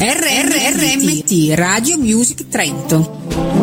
RRMT Radio Music Trento.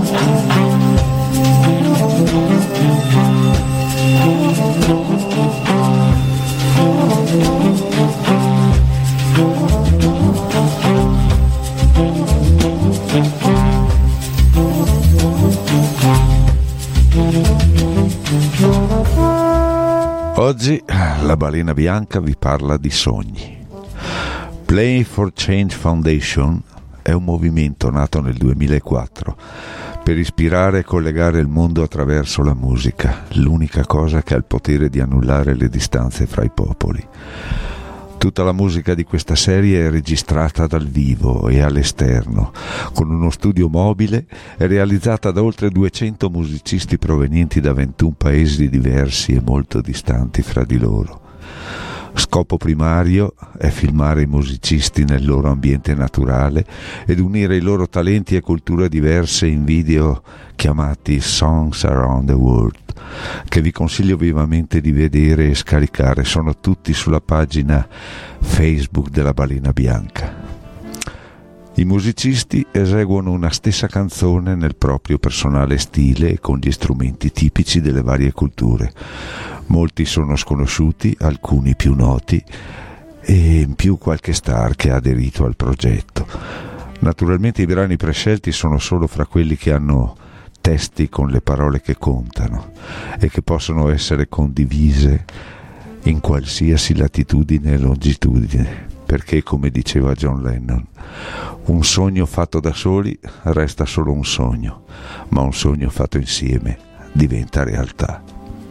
Oggi la Balena Bianca vi parla di sogni. Play for Change Foundation è un movimento nato nel 2004 per ispirare e collegare il mondo attraverso la musica, l'unica cosa che ha il potere di annullare le distanze fra i popoli. Tutta la musica di questa serie è registrata dal vivo e all'esterno, con uno studio mobile e realizzata da oltre 200 musicisti provenienti da 21 paesi diversi e molto distanti fra di loro. Scopo primario è filmare i musicisti nel loro ambiente naturale ed unire i loro talenti e culture diverse in video chiamati Songs Around the World, che vi consiglio vivamente di vedere e scaricare. Sono tutti sulla pagina Facebook della Balena Bianca. I musicisti eseguono una stessa canzone nel proprio personale stile e con gli strumenti tipici delle varie culture. Molti sono sconosciuti, alcuni più noti e in più qualche star che ha aderito al progetto. Naturalmente i brani prescelti sono solo fra quelli che hanno testi con le parole che contano e che possono essere condivise in qualsiasi latitudine e longitudine, perché, come diceva John Lennon, un sogno fatto da soli resta solo un sogno, ma un sogno fatto insieme diventa realtà.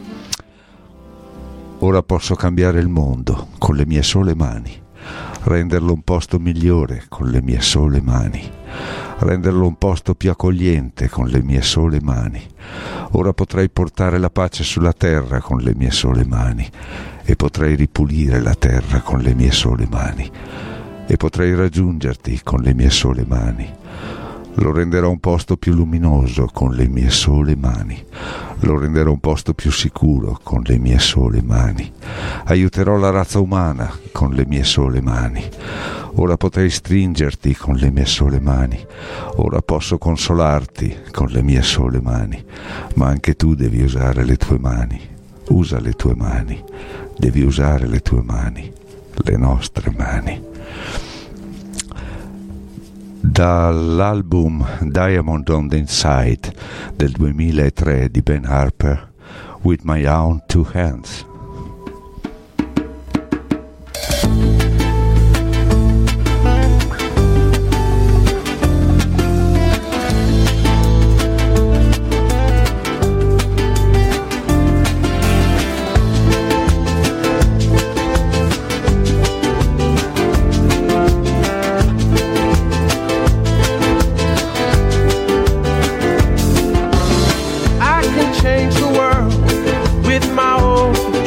Ora posso cambiare il mondo con le mie sole mani, renderlo un posto migliore con le mie sole mani, renderlo un posto più accogliente con le mie sole mani. Ora potrei portare la pace sulla terra con le mie sole mani e potrei ripulire la terra con le mie sole mani e potrei raggiungerti con le mie sole mani. Lo renderò un posto più luminoso con le mie sole mani. Lo renderò un posto più sicuro con le mie sole mani. Aiuterò la razza umana con le mie sole mani. Ora potrei stringerti con le mie sole mani. Ora posso consolarti con le mie sole mani. Ma anche tu devi usare le tue mani. Usa le tue mani. Devi usare le tue mani. Le nostre mani. Dall'album Diamond on the Inside del 2003 di Ben Harper, With My Own Two Hands. Change the world with my own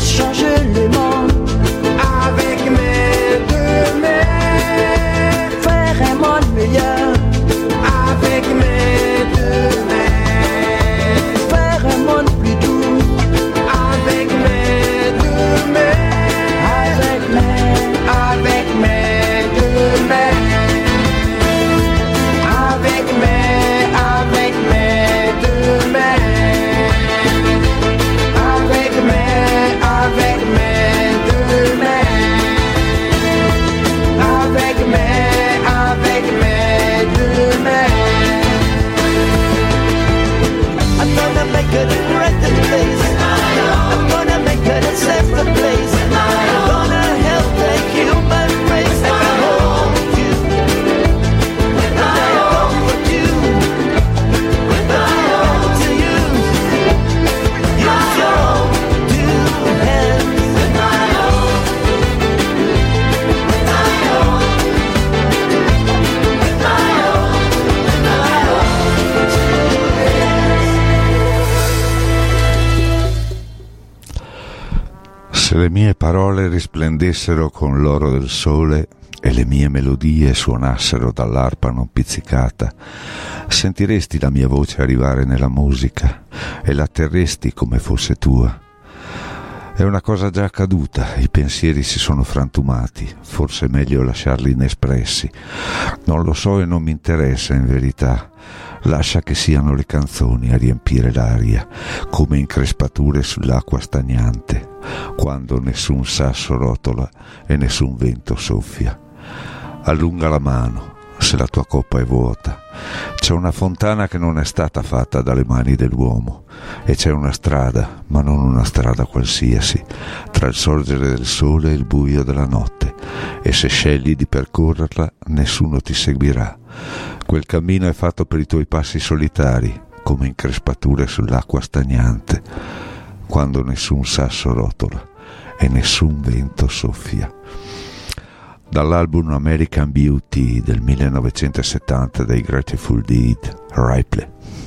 changer le monde avec mes deux mains, faire un monde meilleur avec mes deux mains, faire un monde plus doux avec mes deux mains, avec mes deux mains, avec mes deux mains, avec mes deux mains, avec mes deux mains. I'm gonna make it a great place. I'm gonna make it a safer place. I'm gonna help the human race. I can hold you. And I hold you. And I hold to you. Use your own two hands. And I hold. And I hold. And I hold. And I hold two hands. Se le mie parole risplendessero con l'oro del sole e le mie melodie suonassero dall'arpa non pizzicata, sentiresti la mia voce arrivare nella musica e la terresti come fosse tua. È una cosa già accaduta, i pensieri si sono frantumati, forse è meglio lasciarli inespressi. Non lo so e non mi interessa in verità. Lascia che siano le canzoni a riempire l'aria, come increspature sull'acqua stagnante, quando nessun sasso rotola e nessun vento soffia. Allunga la mano, se la tua coppa è vuota. C'è una fontana che non è stata fatta dalle mani dell'uomo, e c'è una strada, ma non una strada qualsiasi, tra il sorgere del sole e il buio della notte, e se scegli di percorrerla, nessuno ti seguirà. Quel cammino è fatto per i tuoi passi solitari, come increspature sull'acqua stagnante, quando nessun sasso rotola e nessun vento soffia. Dall'album American Beauty del 1970 dei Grateful Dead, Ripley.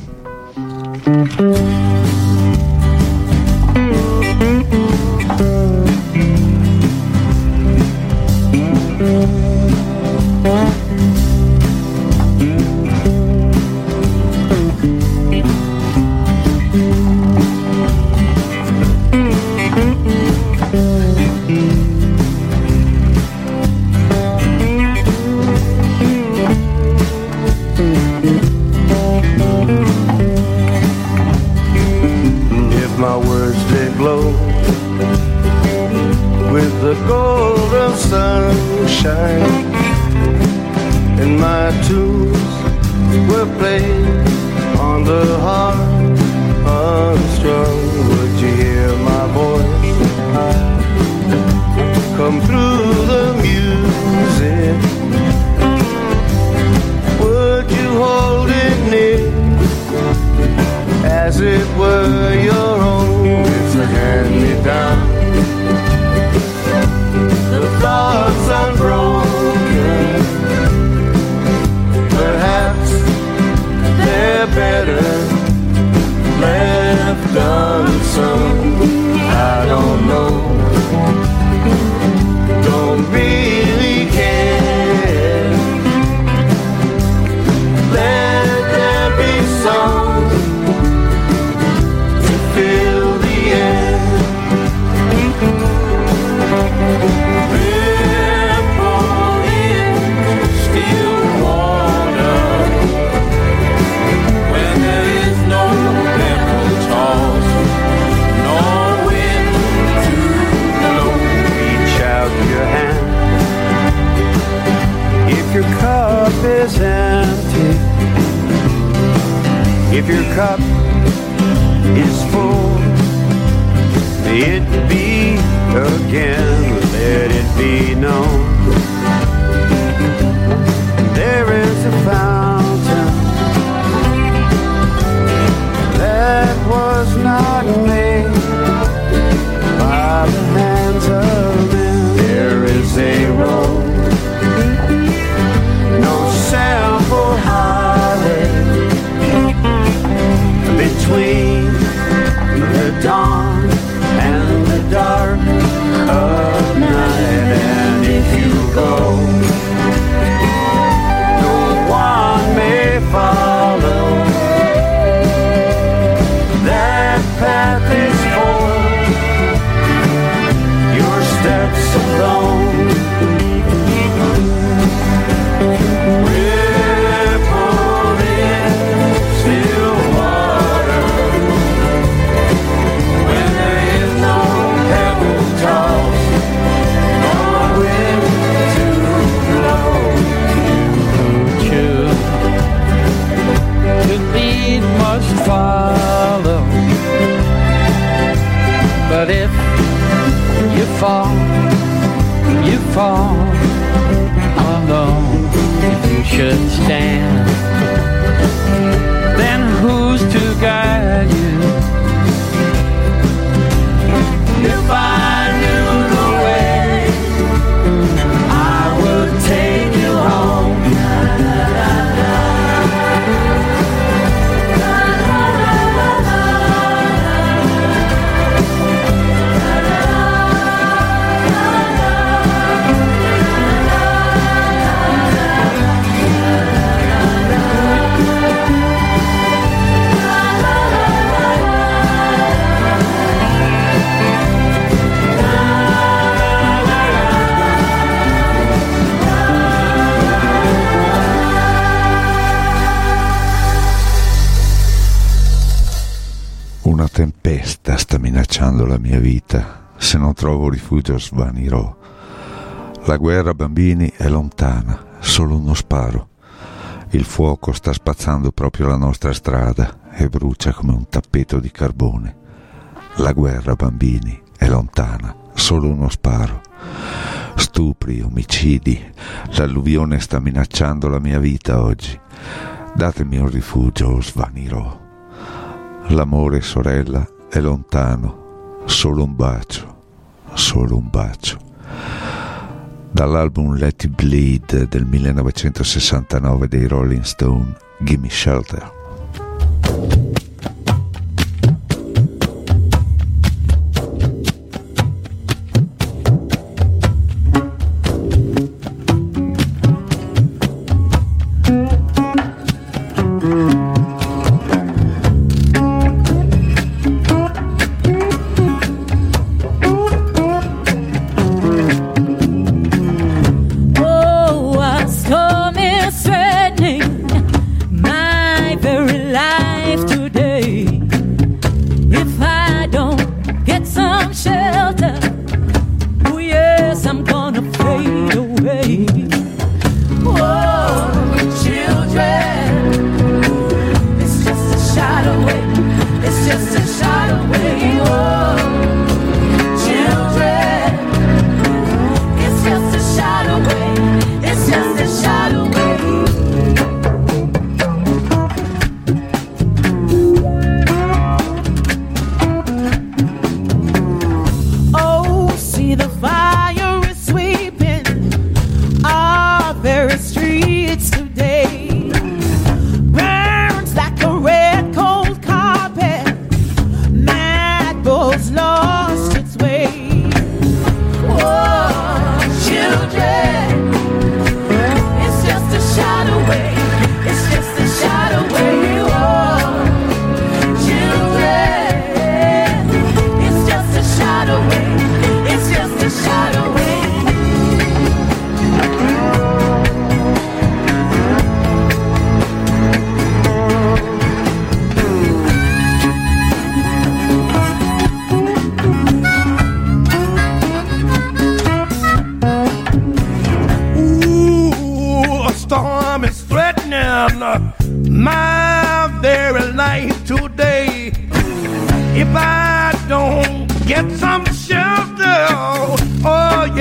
My words they glow with the golden sunshine, and my tunes were played on the harp unstrung. Would you hear my voice come through the music? Would you hold it near as it were your own? It's a hand-me-down, the thoughts unbroken. Perhaps they're better left unsung. I don't know, don't really care. Let there be songs to fill the air. Ripple in still water when there is no pebble toss, no wind to blow. Reach out your hand if your cup is empty, if your cup is full. It be again, let it be known. There is a fountain that was not made by the hands of men. There is a road, no sample highway between the dawn and the dark. You fall alone. If you should stand, then who's to guide you? If I knew the way, I would take you home. Una tempesta sta minacciando la mia vita, se non trovo rifugio svanirò. La guerra, bambini, è lontana, solo uno sparo. Il fuoco sta spazzando proprio la nostra strada e brucia come un tappeto di carbone. La guerra, bambini, è lontana, solo uno sparo. Stupri, omicidi, l'alluvione sta minacciando la mia vita oggi. Datemi un rifugio o svanirò. L'amore, sorella, è lontano, solo un bacio, solo un bacio. Dall'album Let It Bleed del 1969 dei Rolling Stone, Gimme Shelter. My very life today. If I don't get some shelter, oh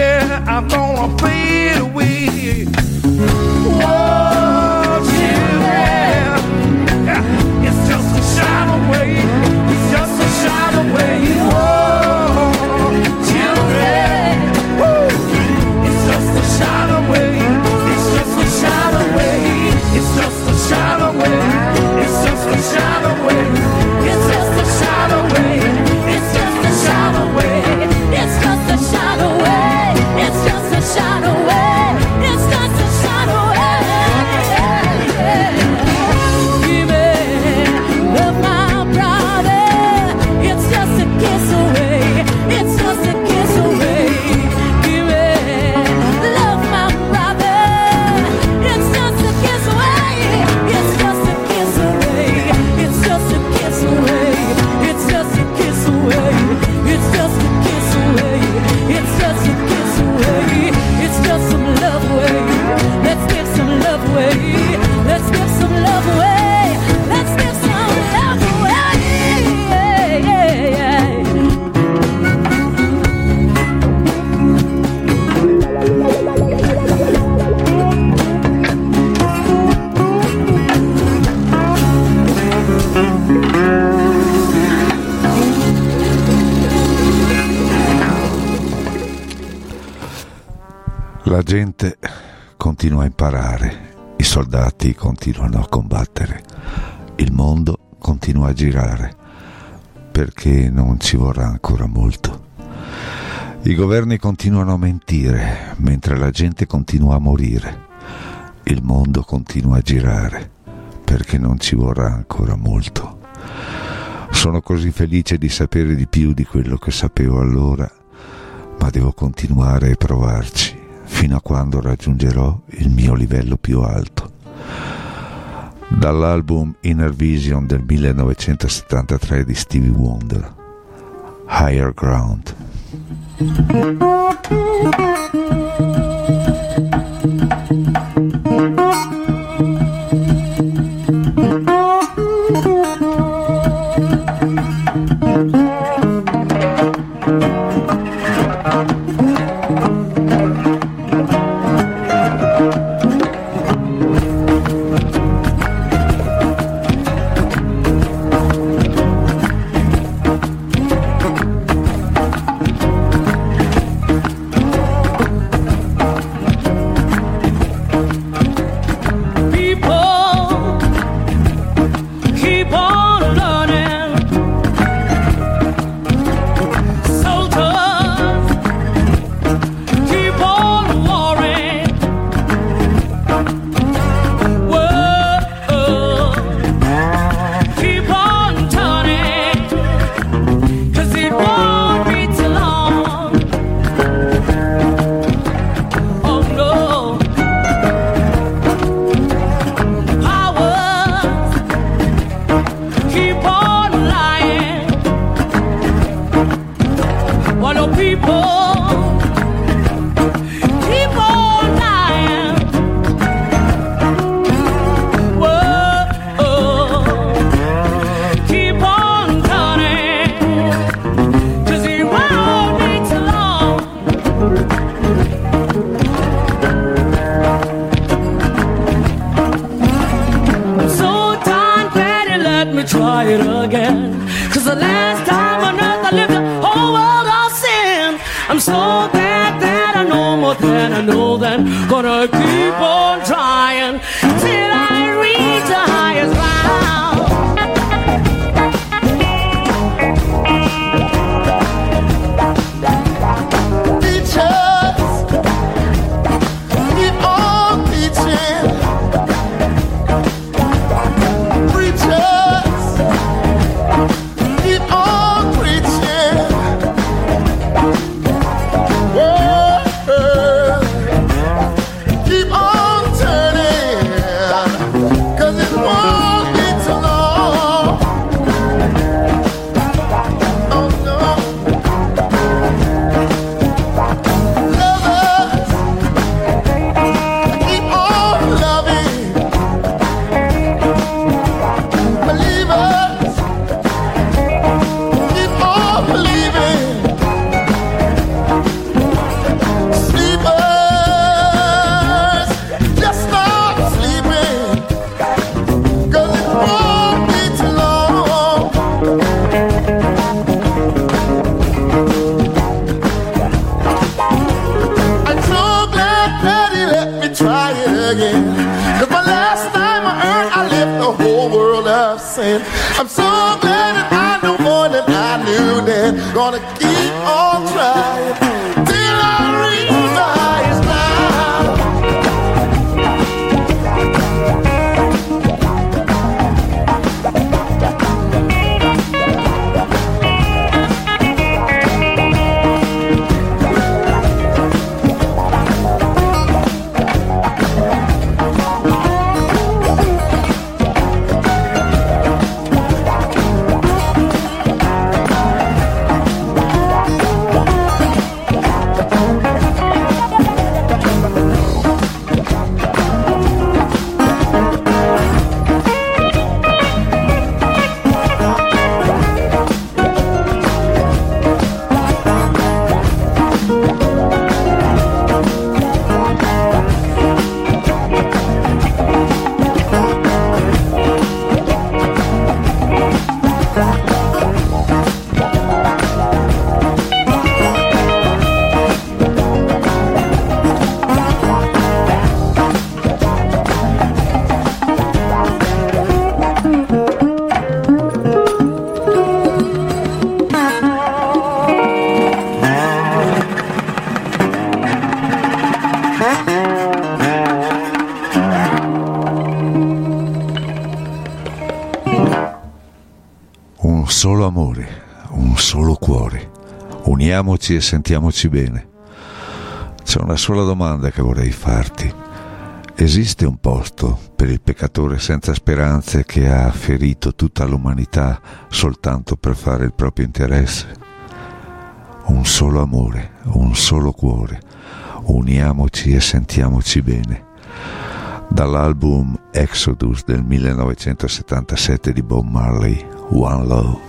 La gente continua a imparare, i soldati continuano a combattere, il mondo continua a girare, perché non ci vorrà ancora molto. I governi continuano a mentire, mentre la gente continua a morire. Il mondo continua a girare, perché non ci vorrà ancora molto. Sono così felice di sapere di più di quello che sapevo allora, ma devo continuare a provarci, fino a quando raggiungerò il mio livello più alto. Dall'album Inner Vision del 1973 di Stevie Wonder, Higher Ground. I'm so glad that I know more than I knew then. Gonna keep on trying till I reach the highest uniamoci e sentiamoci bene. C'è una sola domanda che vorrei farti. Esiste un posto per il peccatore senza speranze che ha ferito tutta l'umanità soltanto per fare il proprio interesse? Un solo amore, un solo cuore, uniamoci e sentiamoci bene. Dall'album Exodus del 1977 di Bob Marley, One Love.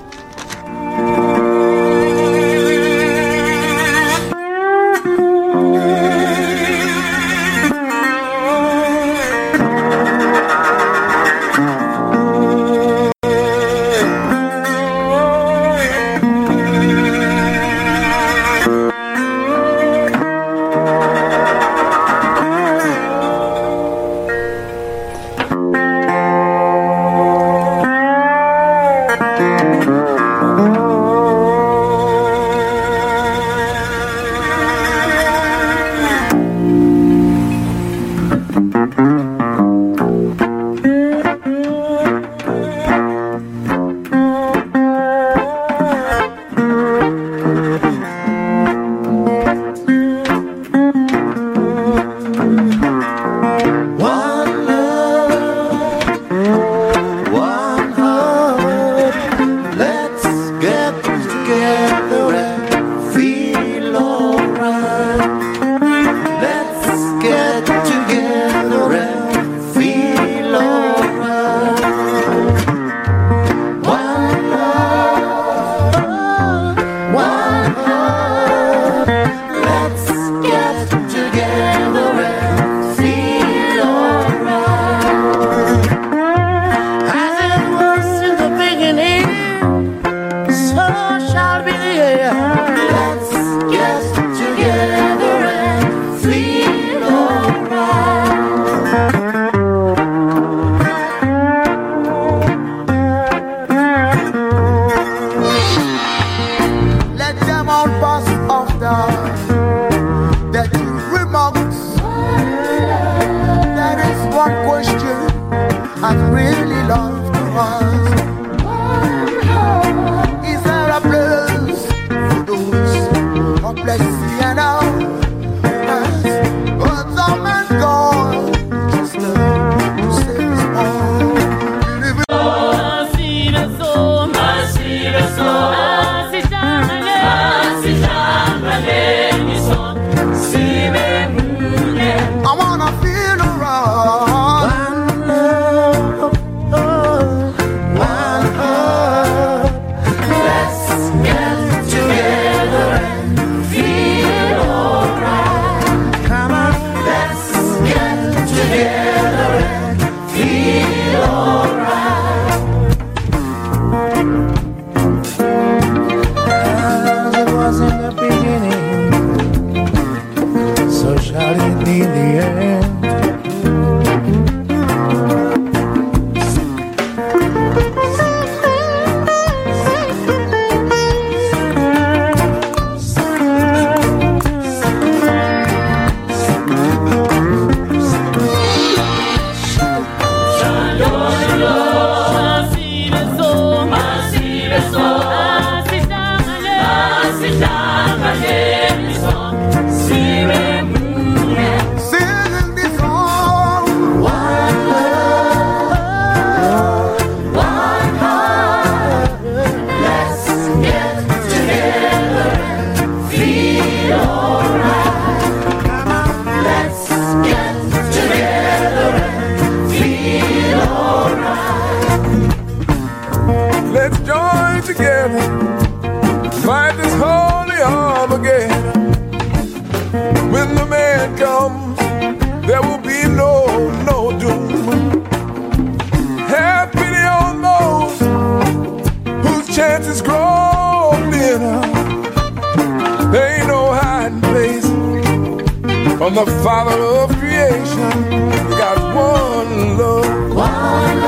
From the Father of creation, we got one love, one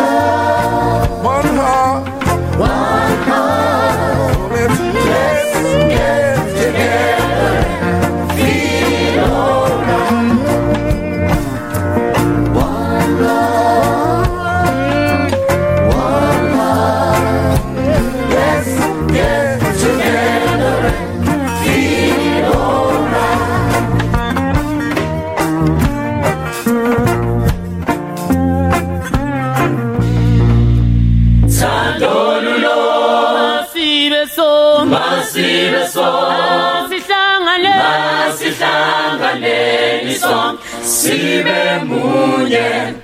love, one heart, one heart. Let's get together and feel alright. One love, one heart. Let's get together and feel Masihlanganeni sonke sibe munye.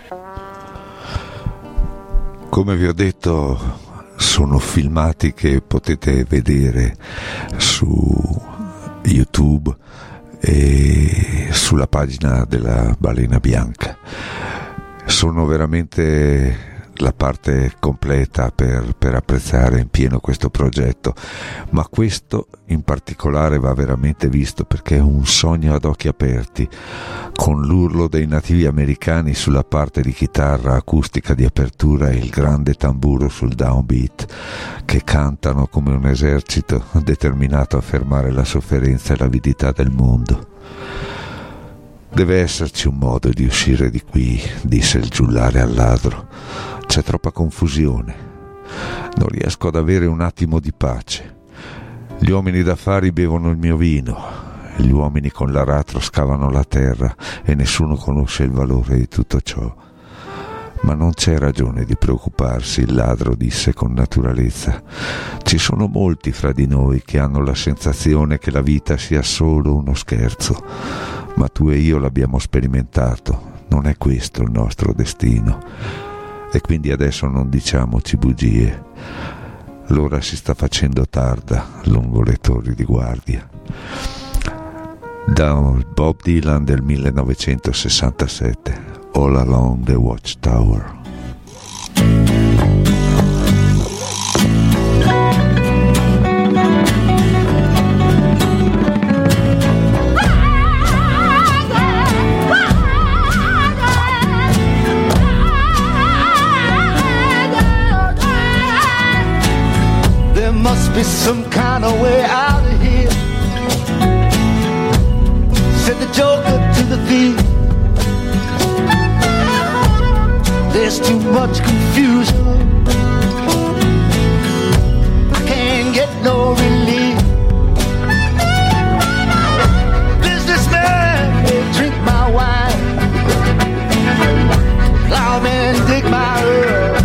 Come vi ho detto, sono filmati che potete vedere su YouTube e sulla pagina della Balena Bianca. Sono veramente la parte completa per apprezzare in pieno questo progetto, ma questo in particolare va veramente visto perché è un sogno ad occhi aperti, con l'urlo dei nativi americani sulla parte di chitarra acustica di apertura e il grande tamburo sul downbeat, che cantano come un esercito determinato a fermare la sofferenza e l'avidità del mondo. Deve esserci un modo di uscire di qui, disse il giullare al ladro. C'è troppa confusione. Non riesco ad avere un attimo di pace. Gli uomini d'affari bevono il mio vino, gli uomini con l'aratro scavano la terra e nessuno conosce il valore di tutto ciò. Ma non c'è ragione di preoccuparsi, il ladro disse con naturalezza. Ci sono molti fra di noi che hanno la sensazione che la vita sia solo uno scherzo, ma tu e io l'abbiamo sperimentato, non è questo il nostro destino. E quindi adesso non diciamoci bugie. L'ora si sta facendo tarda lungo le torri di guardia. Da Bob Dylan del 1967, All Along the Watchtower. Must be some kind of way out of here, said the joker to the thief. There's too much confusion, I can't get no relief. Businessman, drink my wine, plowman, dig my earth.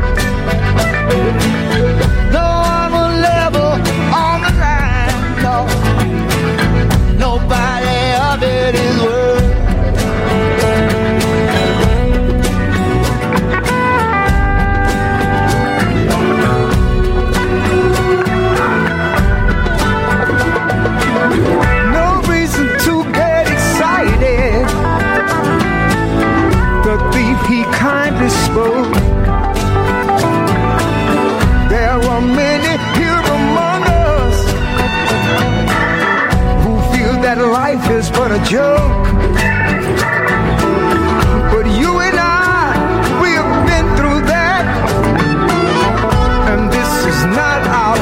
Spoke. There are many here among us who feel that life is but a joke. But you and I, we have been through that, and this is not our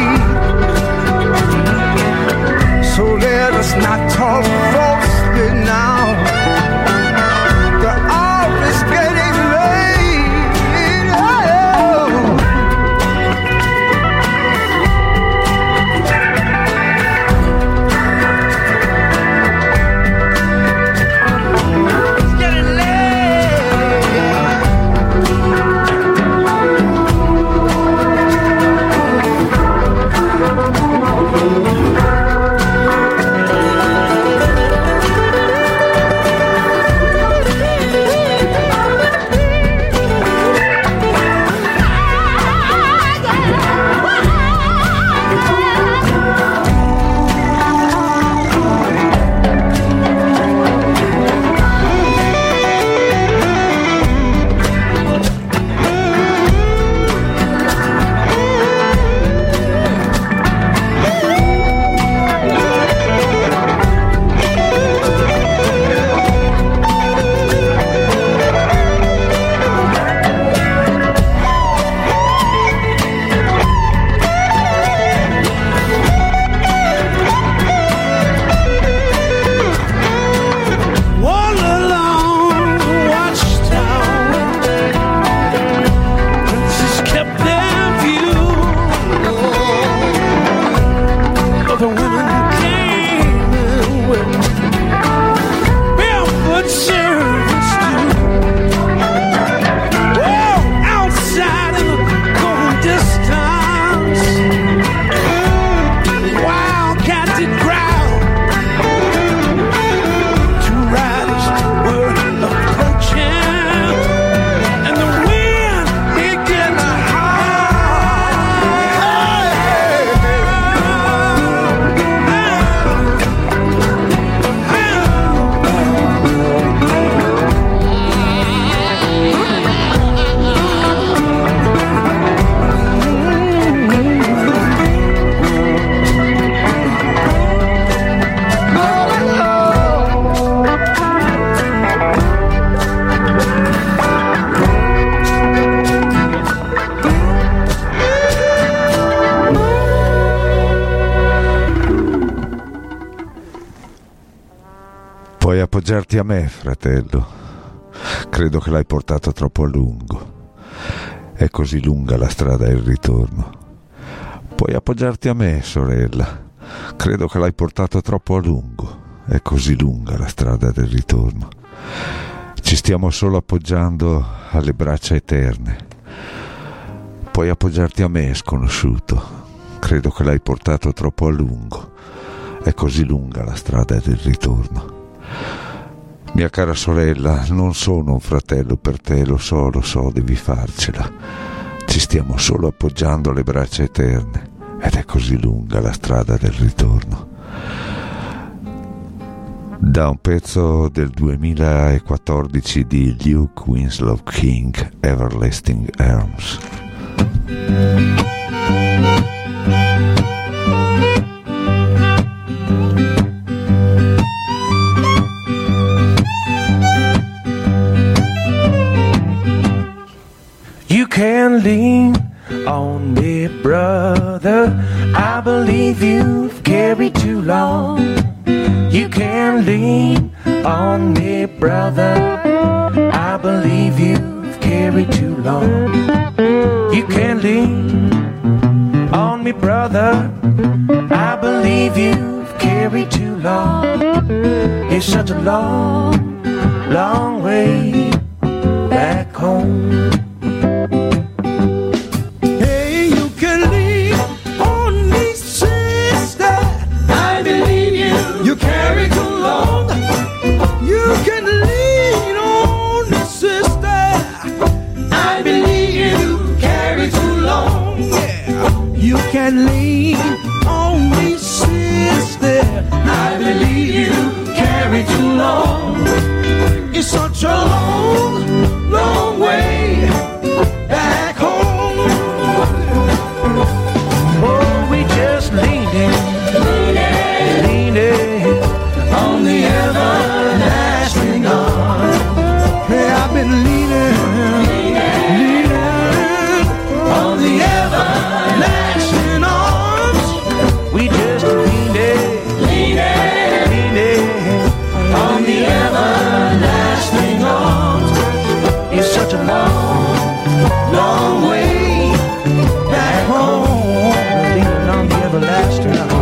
fate. So let us not talk falsely now. The hour is getting late. Puoi appoggiarti a me, fratello. Credo che l'hai portato troppo a lungo. È così lunga la strada del ritorno. Puoi appoggiarti a me, sorella. Credo che l'hai portato troppo a lungo. È così lunga la strada del ritorno. Ci stiamo solo appoggiando alle braccia eterne. Puoi appoggiarti a me, sconosciuto. Credo che l'hai portato troppo a lungo. È così lunga la strada del ritorno. Mia cara sorella, non sono un fratello per te, lo so, devi farcela. Ci stiamo solo appoggiando alle braccia eterne ed è così lunga la strada del ritorno. Da un pezzo del 2014 di Luke Winslow King, Everlasting Arms. You can lean on me, brother. I believe you've carried too long. You can lean on me, brother. I believe you've carried too long. You can lean on me, brother. I believe you've carried too long. It's such a long, long way back home. Hey, you can lean on me, sister. I believe you carry too long. You can lean on me, sister. I believe you carry too long. Yeah. You can lean on me, sister. I believe you carry too long. It's such a long, long way back home. Oh, we just leaning on the everlasting arm. Hey, I've been leaning on the everlasting arms. We just leaning on the everlasting arms. It's such a long, long way back home. Leaning on the everlasting arms.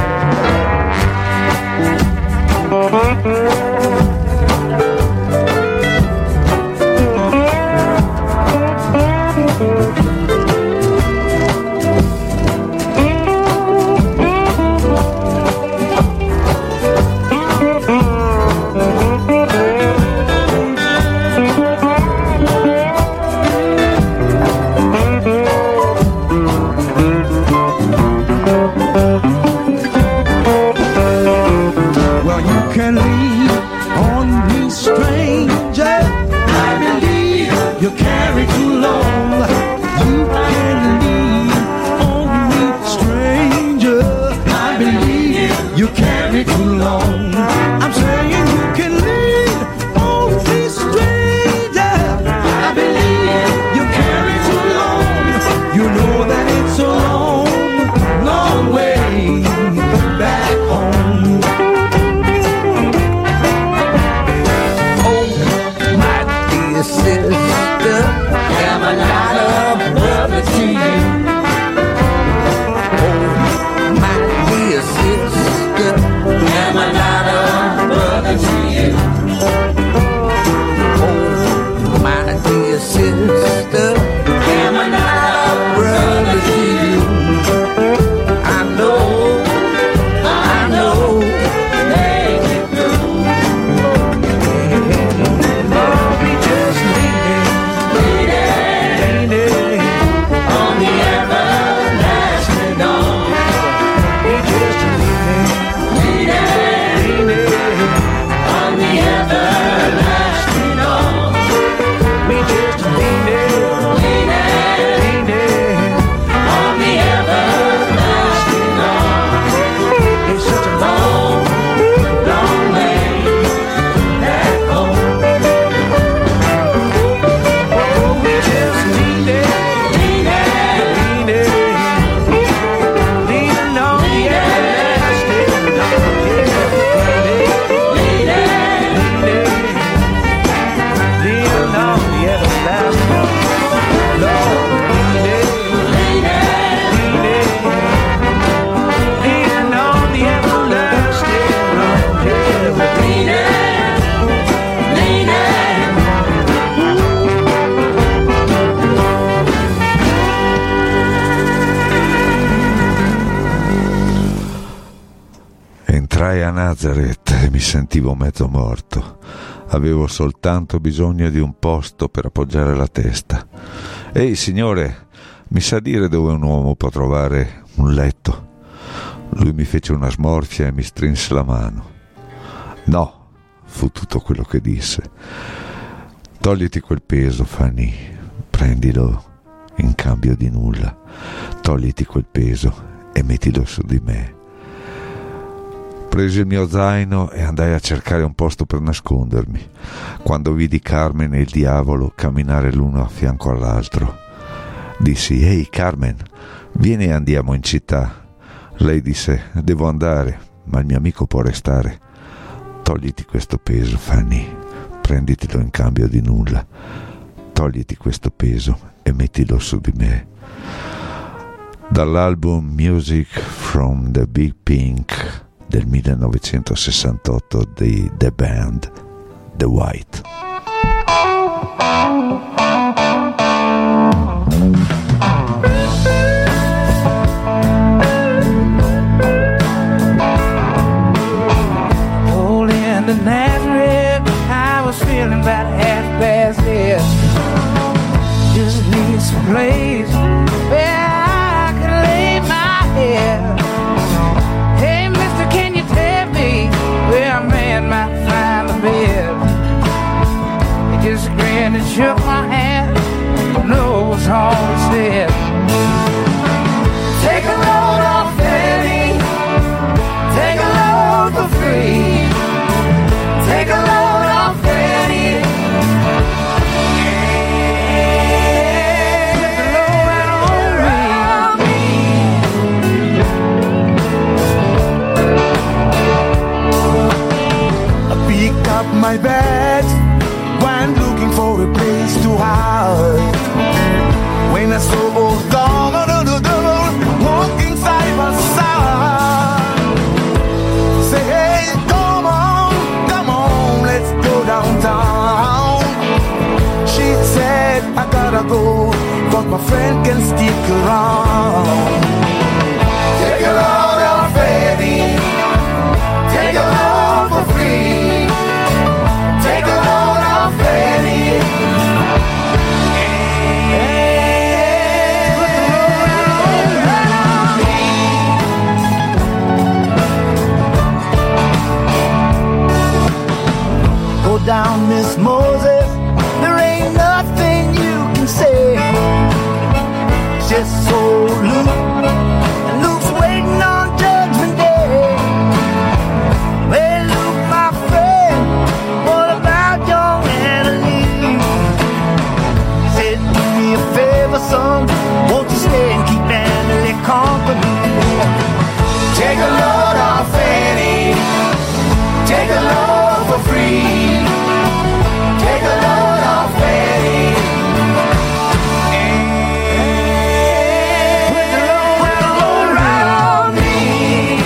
Well, you can lean on me, stranger. I believe you carry too long. You can lean on me, stranger. I believe you carry too long. I'm saying you can lean on me, stranger. I believe you carry too long. You know that it's a long, long way back home. Nazareth e mi sentivo mezzo morto. Avevo soltanto bisogno di un posto per appoggiare la testa. Ehi, signore, mi sa dire dove un uomo può trovare un letto? Lui mi fece una smorfia e mi strinse la mano. No, fu tutto quello che disse. Togliti quel peso, Fanny, prendilo in cambio di nulla. Togliti quel peso e mettilo su di me. Presi il mio zaino e andai a cercare un posto per nascondermi, quando vidi Carmen e il diavolo camminare l'uno a fianco all'altro. Dissi: ehi Carmen, vieni e andiamo in città. Lei disse: devo andare, ma il mio amico può restare. Togliti questo peso, Fanny, prenditelo in cambio di nulla. Togliti questo peso e mettilo su di me. Dall'album Music from the Big Pink del 1968 di The Band, The White. Old in the Nazareth, I was feeling about half past dead. Just need some place where I can lay my head. Hey, mister, can you tell me where a man might find a bed? He just grinned and shook my hand. No, was all he said. Take a load off Fanny, take a load for free. Take a load off Fanny. Put the load right on me. I picked up my bags, went looking for a place to hide. When I saw old dog walking side by side, say, hey, come on, let's go downtown. She said, I gotta go, but my friend can stick around. Take a load off Fanny, take a load for free. Take a load off Fanny. Go down, Miss Moses, there ain't nothing you can say. Just so Luke, and Luke's waiting on Judgment Day. Well, Luke, my friend, what about young Annalie? He said, do me a favor, son, won't you stay and keep Annalie company? Take a load off Fanny, take a load for free. Take a load off Fanny. Put the load right on me.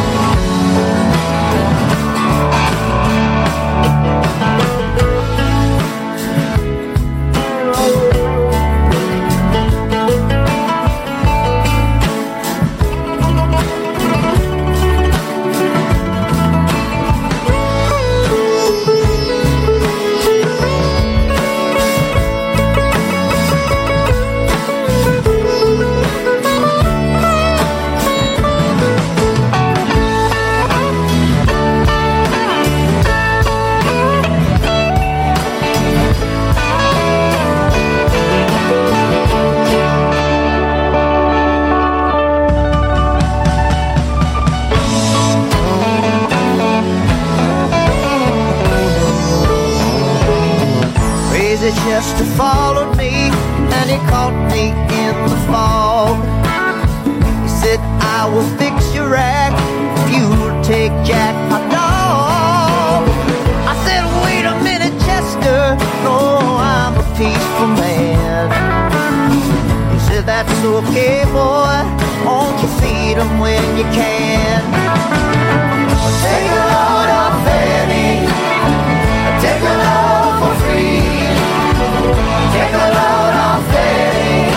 Crazy Chester followed me, and he caught me in the fall. He said, I will fix your act if you'll take Jack, my dog. I said, wait a minute, Chester, no, I'm a peaceful man. He said, that's okay, boy, won't you feed him when you can? Take a load off Fanny, take a load for free. Take a load off Fanny.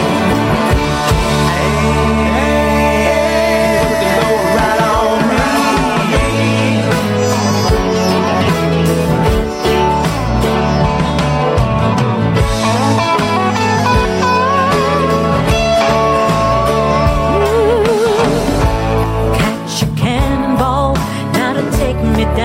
Hey, put the load right on me.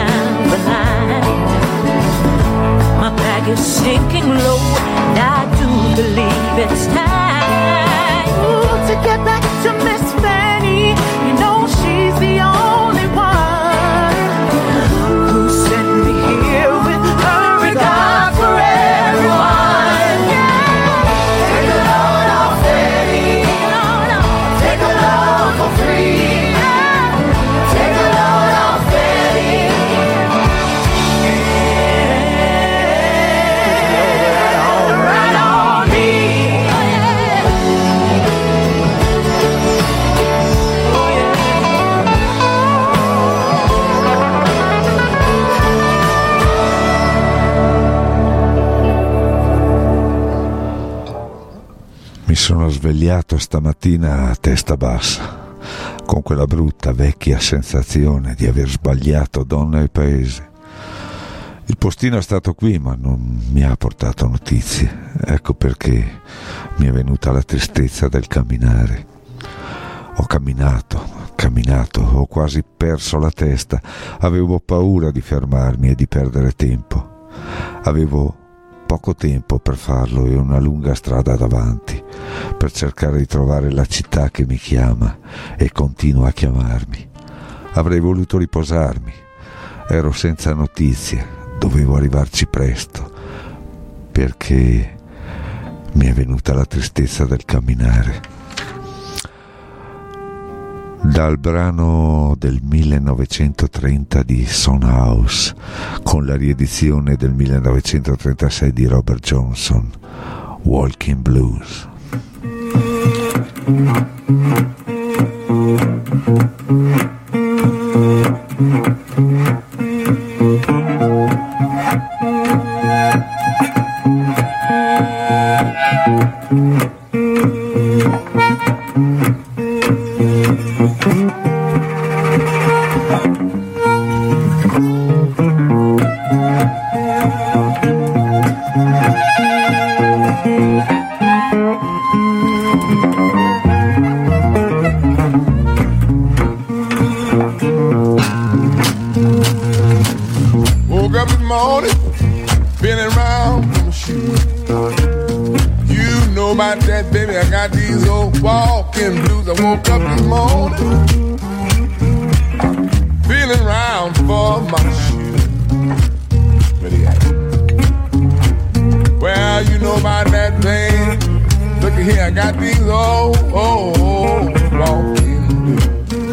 down the line. My bag is sinking low, and I do believe it's time to get back to Miss Fanny. You know she's the only one who sent me here with her regard for everyone. Take a load off Fanny. Take a load for free. Take a load off Fanny. Right on me. Mi sono svegliato stamattina a testa bassa, con quella brutta vecchia sensazione di aver sbagliato donna e paese. Il postino è stato qui, ma non mi ha portato notizie. Ecco perché mi è venuta la tristezza del camminare. Ho camminato, ho quasi perso la testa. Avevo paura di fermarmi e di perdere tempo. Avevo poco tempo per farlo e una lunga strada davanti per cercare di trovare la città che mi chiama e continua a chiamarmi. Avrei voluto riposarmi, ero senza notizie, dovevo arrivarci presto perché mi è venuta la tristezza del camminare. Dal brano del 1930 di Son House con la riedizione del 1936 di Robert Johnson, Walking Blues. Woke up this morning, feeling round my shoes. You know about that, baby. I got these old walking blues. I woke up this morning, feeling round for my shoes. Well, you know about that thing. Look at here, I got these old walking blues.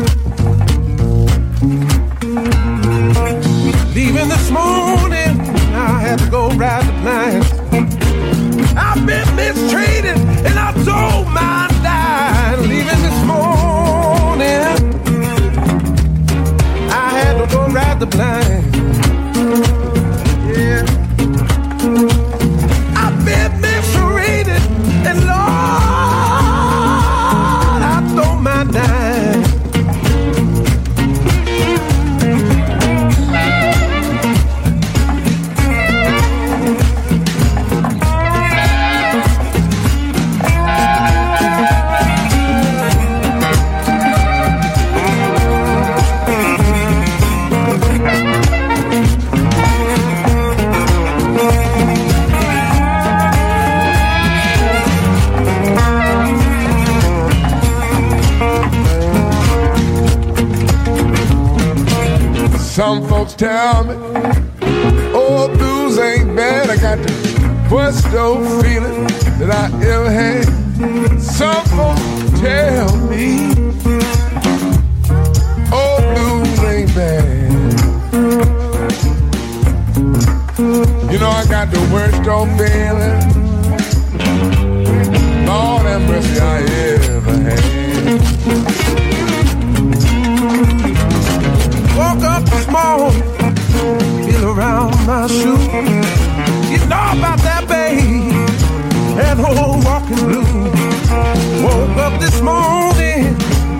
Leaving this morning, I had to go ride the blind. I've been mistreated and I told my lie. Leaving this morning, I had to go ride the blind. Yeah, I've been mistreated and Lord, I told my lie. Some folks tell me, oh, blues ain't bad. I got the worst old feeling that I ever had. Some folks tell me, oh, blues ain't bad. You know I got the worst old feeling, Lord have mercy, I ever had. Woke up this morning, feel around my shoe. You know about that, babe, that whole walking blue. Woke up this morning,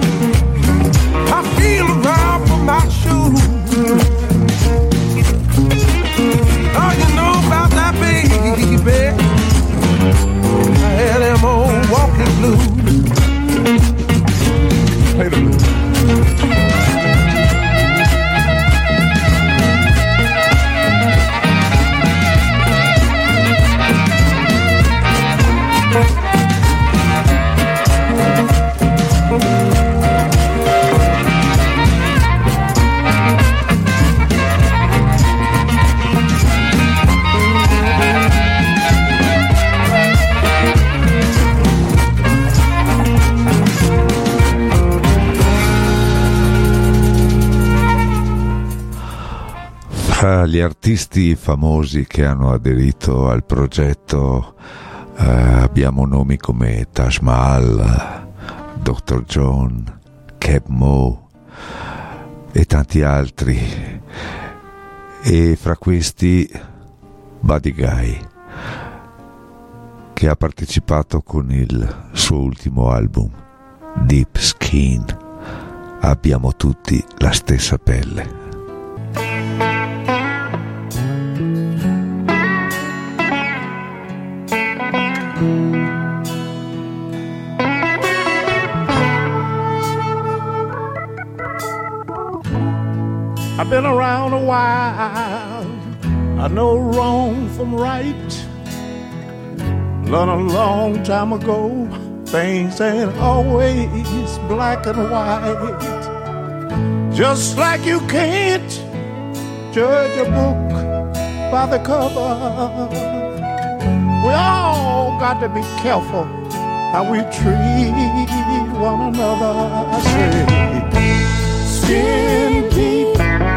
I feel around for my shoe. Oh, you know about that, baby, I had them old walking blue. Play the blues. Tra gli artisti famosi che hanno aderito al progetto abbiamo nomi come Taj Mahal, Dr. John, Keb Mo e tanti altri, e fra questi Buddy Guy, che ha partecipato con il suo ultimo album Deep Skin. Abbiamo tutti la stessa pelle. I've been around a while, I know wrong from right. Learned a long time ago, things ain't always black and white. Just like you can't judge a book by the cover, we all got to be careful how we treat one another. I say, skin deep,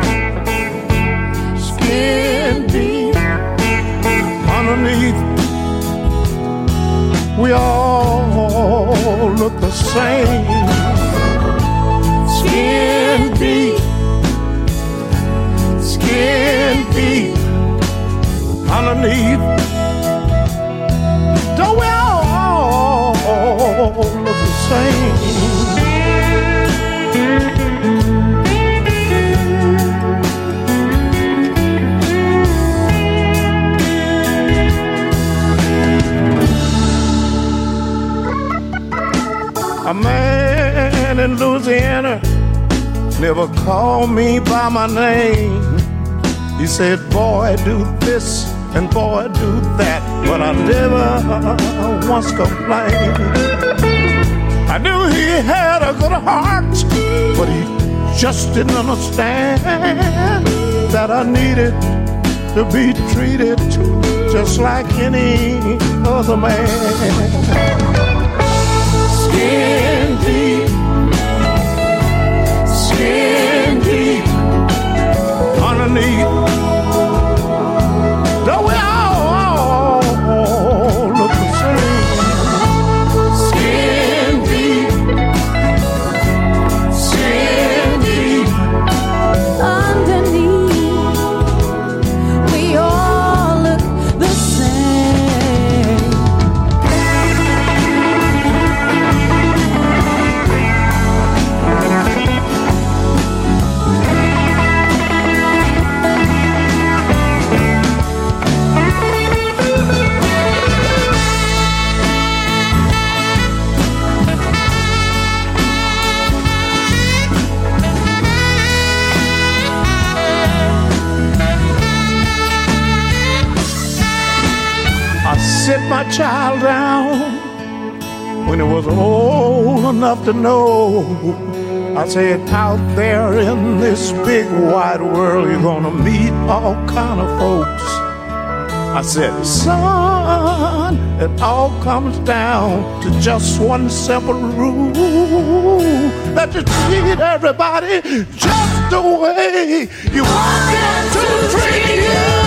skin deep, underneath we all look the same. Skin deep, skin deep, underneath don't we all look the same? A man in Louisiana never called me by my name. He said, boy, do this and boy, do that, but I never once complained. I knew he had a good heart, but he just didn't understand that I needed to be treated just like any other man. Skin deep, skin deep, underneath, don't we all look the same? Skin deep, skin deep, underneath, we all look the same. Sit my child down when it was old enough to know. I said, out there in this big wide world, you're gonna meet all kind of folks. I said, son, it all comes down to just one simple rule, that you treat everybody just the way you want them to treat you.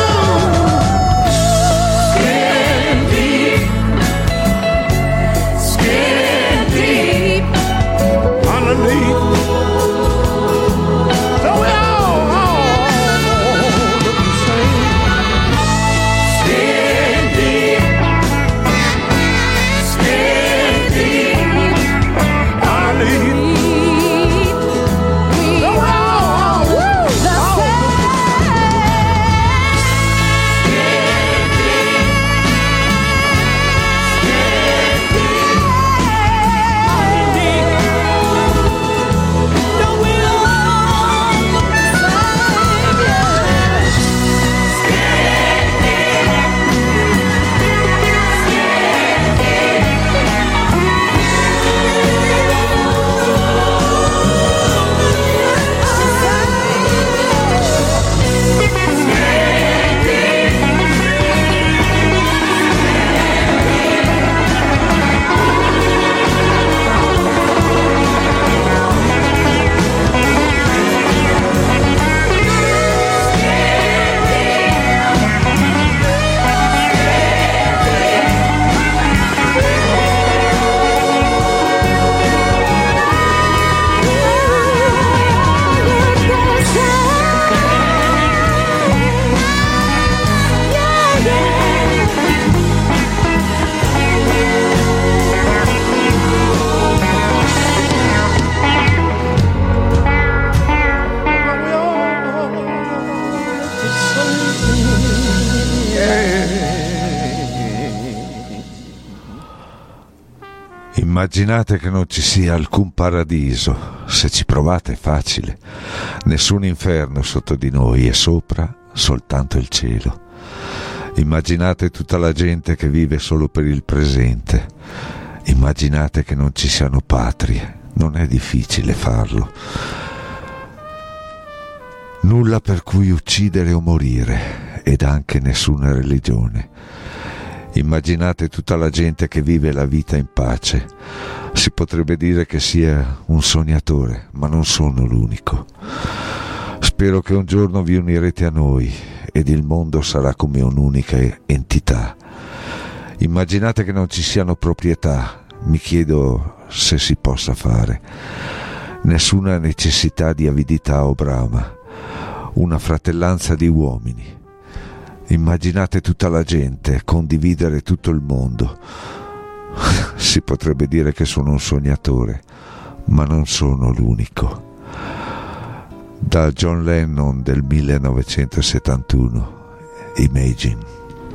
Underneath, so we all look the same. Skin deep, skin deep, underneath, so we all look the same. Immaginate che non ci sia alcun paradiso, se ci provate è facile, nessun inferno sotto di noi e sopra soltanto il cielo. Immaginate tutta la gente che vive solo per il presente, immaginate che non ci siano patrie, non è difficile farlo. Nulla per cui uccidere o morire, ed anche nessuna religione. Immaginate tutta la gente che vive la vita in pace. Si potrebbe dire che sia un sognatore, ma non sono l'unico. Spero che un giorno vi unirete a noi ed il mondo sarà come un'unica entità. Immaginate che non ci siano proprietà, mi chiedo se si possa fare. Nessuna necessità di avidità o brama, una fratellanza di uomini. Immaginate tutta la gente, condividere tutto il mondo. Si potrebbe dire che sono un sognatore, ma non sono l'unico. Da John Lennon del 1971, Imagine.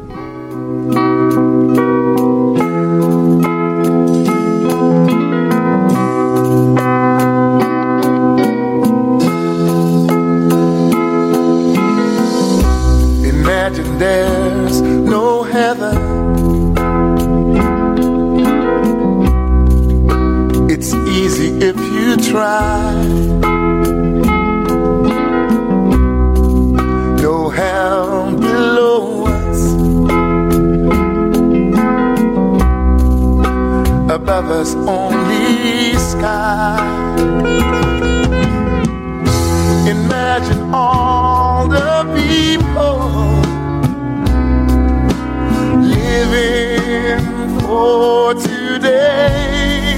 Imagine there's no heaven. It's easy if you try. No hell below us, above us only sky. Imagine all the people living for today.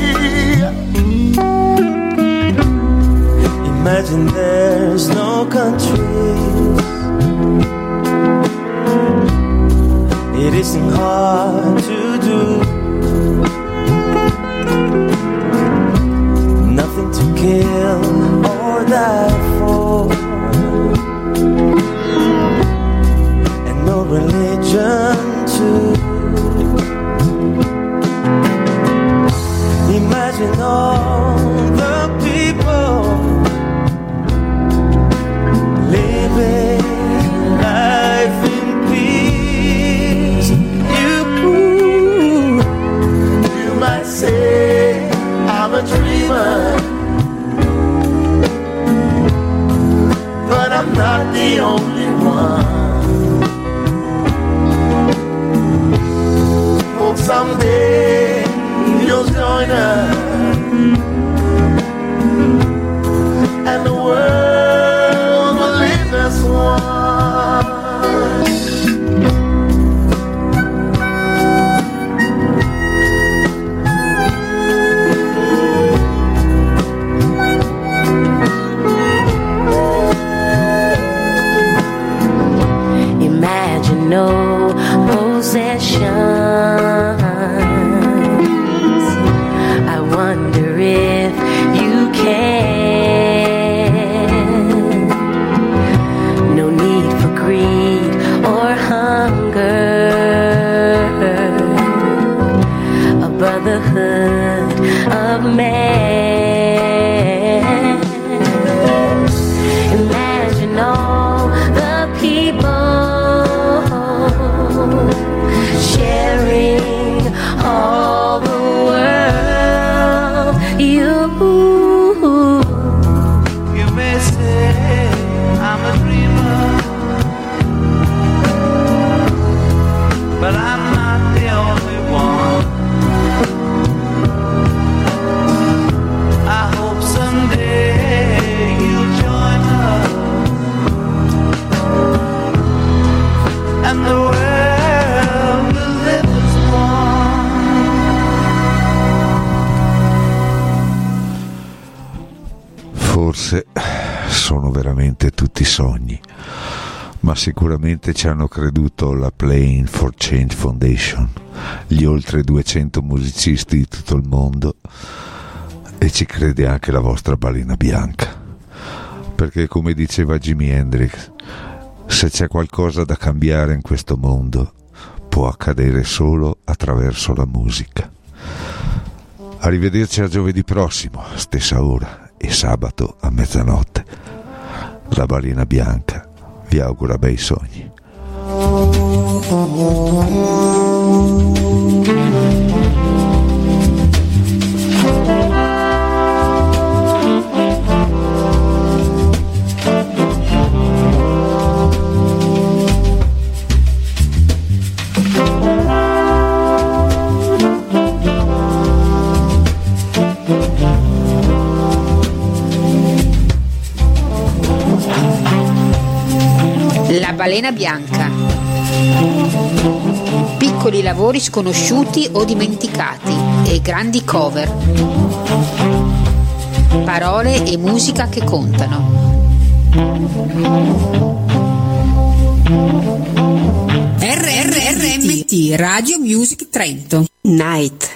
Imagine there's no countries. It isn't hard to do. Nothing to kill or die for, and no religion too. Imagine all the people living life in peace. You might say I'm a dreamer, but I'm not the only one. Hope someday you'll join us, and the world will live as one. Imagine no possessions. I wonder if you can. No need for greed or hunger. A brotherhood of man. Imagine all the people sharing all the world. You may say I'm a dreamer, but I'm not the only one. I hope someday you'll join us, and the world will live as one. Forse sono veramente tutti sogni, ma sicuramente ci hanno creduto la Playing for Change Foundation, gli oltre 200 musicisti di tutto il mondo, e ci crede anche la vostra balena bianca, perché come diceva Jimi Hendrix, Se c'è qualcosa da cambiare in questo mondo, può accadere solo attraverso la musica. Arrivederci a giovedì prossimo, stessa ora, e sabato a mezzanotte. La Balena Bianca vi augura bei sogni. La Balena Bianca. Piccoli lavori sconosciuti o dimenticati e grandi cover. Parole e musica che contano. RRRMT Radio Music Trento. Night.